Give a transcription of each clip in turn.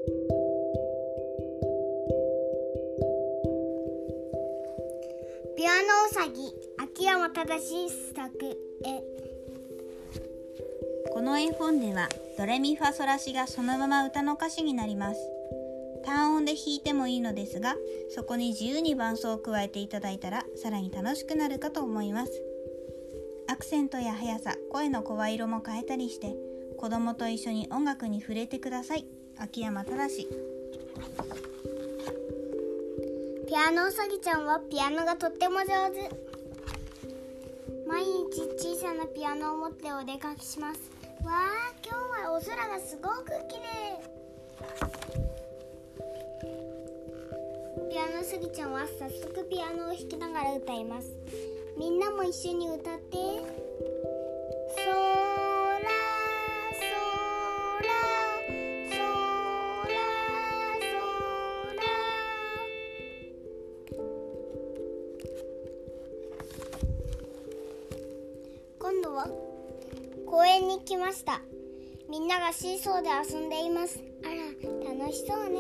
ピアノうさぎ、秋山正作絵。 この絵本ではドレミファソラシがそのまま歌の歌詞になります。単音で弾いてもいいのですが、そこに自由に伴奏を加えていただいたらさらに楽しくなるかと思います。アクセントや速さ、声の声色も変えたりして子供と一緒に音楽に触れてください。秋山正。 ピアノうさぎちゃんはピアノがとっても上手。毎日小さなピアノを持ってお出かけします。わあ、今日はお空がすごく綺麗。ピアノうさぎちゃんは早速ピアノを弾きながら歌います。みんなも一緒に歌って。今度は公園に来ました。みんながシーソーで遊んでいます。あら、楽しそうね。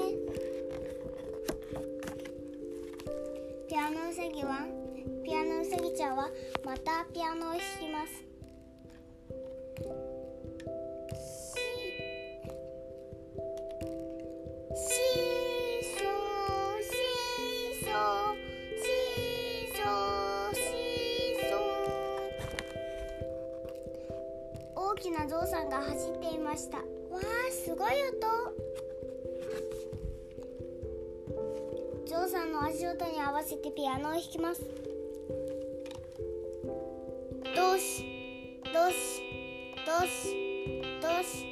ピアノうさぎちゃんはまたピアノを弾きます。大きなゾウさんが走っていました。わあ、すごい音。ゾウさんの足音に合わせてピアノを弾きます。ドシドシドシドシ。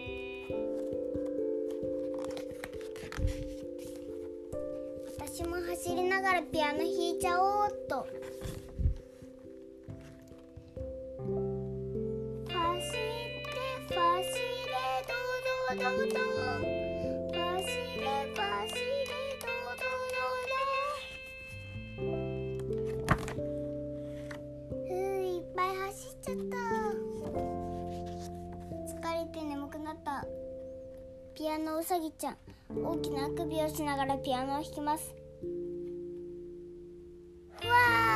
私も走りながらピアノ弾いちゃおうっと。ファシレファシレドドドファシレファシレドドドド。いっぱい走っちゃった。疲れて眠くなったピアノうさぎちゃん、大きなあくびをしながらピアノを弾きます。わ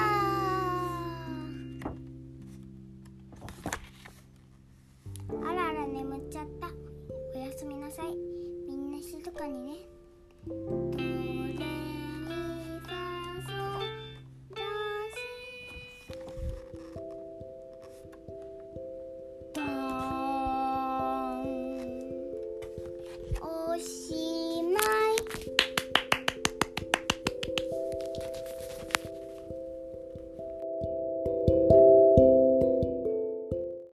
ー、あらあら、眠っちゃった。おやすみなさい。みんな静かにね。ドレミファソラシドーン。おしまい。